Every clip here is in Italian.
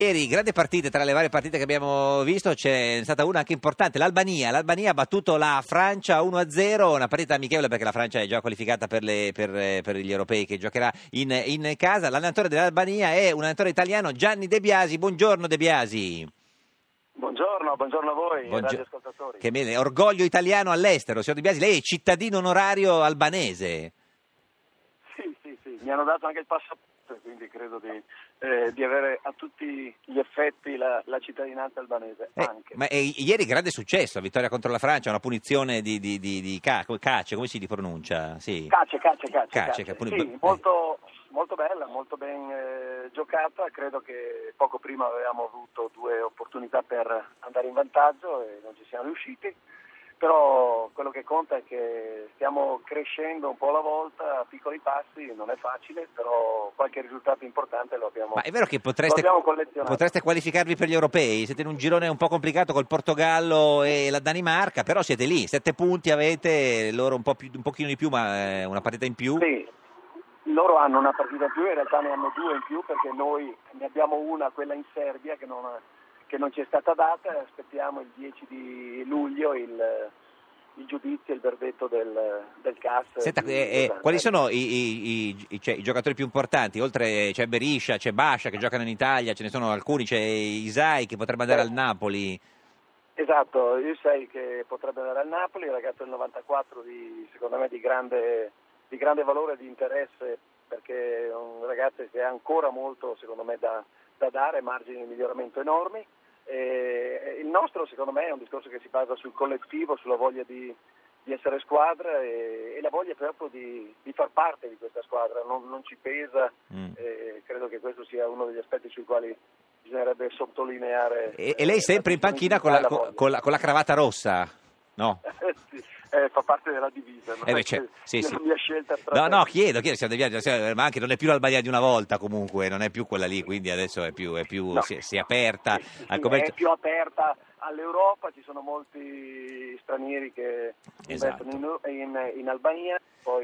Ieri, grande partita, tra le varie partite che abbiamo visto c'è stata una anche importante, l'Albania ha battuto la Francia 1-0, una partita amichevole perché la Francia è già qualificata per gli europei che giocherà in casa. L'allenatore dell'Albania è un allenatore italiano, Gianni De Biasi. Buongiorno De Biasi. Buongiorno a voi, radioascoltatori. Che bene, orgoglio italiano all'estero, signor De Biasi, lei è cittadino onorario albanese. Sì, mi hanno dato anche il passaporto, quindi credo di avere a tutti gli effetti la cittadinanza albanese anche. Ma ieri grande successo, la vittoria contro la Francia, una punizione di Cace, come si pronuncia? Sì. Cace. Sì, molto bella, molto ben giocata. Credo che poco prima avevamo avuto due opportunità per andare in vantaggio e non ci siamo riusciti. Però quello che conta è che stiamo crescendo un po' alla volta, a piccoli passi, non è facile, però qualche risultato importante lo abbiamo collezionato. Ma è vero che potreste qualificarvi per gli europei? Siete in un girone un po' complicato col Portogallo e la Danimarca, però siete lì, 7 punti avete, loro un pochino di più, ma una partita in più. Sì, loro hanno una partita in più, in realtà ne hanno 2 in più perché noi ne abbiamo una, quella in Serbia, che non ci è stata data. Aspettiamo il 10 di luglio il giudizio, il verdetto del CAS. Senta, quali sono i giocatori più importanti? Oltre c'è Berisha, c'è Bascia che giocano in Italia, ce ne sono alcuni, c'è Isai che potrebbe andare al Napoli. Esatto, Isai che potrebbe andare al Napoli, il ragazzo del 94 secondo me di grande valore e di interesse, perché è un ragazzo che ha ancora molto secondo me da dare, margini di miglioramento enormi. Il nostro secondo me è un discorso che si basa sul collettivo, sulla voglia di essere squadra e la voglia proprio di far parte di questa squadra, non ci pesa. Credo che questo sia uno degli aspetti sui quali bisognerebbe sottolineare. E lei sempre in panchina con la cravatta rossa, no? Sì. Fa parte della divisa, non è la mia scelta strategica. No, chiedo, ma anche non è più l'Albania di una volta comunque, non è più quella lì, quindi adesso è più no. si è aperta al commercio. È più aperta all'Europa, ci sono molti stranieri che investono in Albania,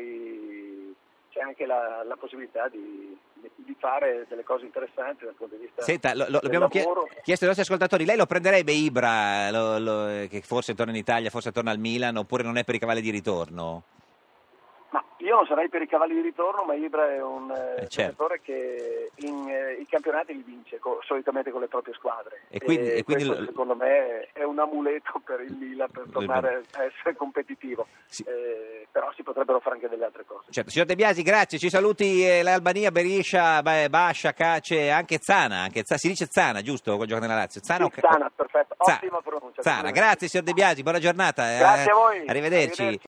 poi c'è anche la possibilità di fare delle cose interessanti dal punto di vista. Senta, lo abbiamo chiesto ai nostri ascoltatori, lei lo prenderebbe Ibra, che forse torna in Italia, forse torna al Milan, oppure non è per i cavalli di ritorno? Ma io non sarei per i cavalli di ritorno, ma Ibra è un giocatore che i campionati li vince solitamente con le proprie squadre. E quindi questo, secondo me è un amuleto per il Milan per tornare a essere competitivo. Sì. Però si potrebbero fare anche delle altre cose. Certo. Signor De Biasi, grazie. Ci saluti l'Albania, Berisha, Bascia, Cace, anche Zana. Si dice Zana, giusto? Quel gioco nella Lazio. Zana, perfetto. Ottima pronuncia. Zana. Grazie signor De Biasi, buona giornata. Grazie a voi. Arrivederci.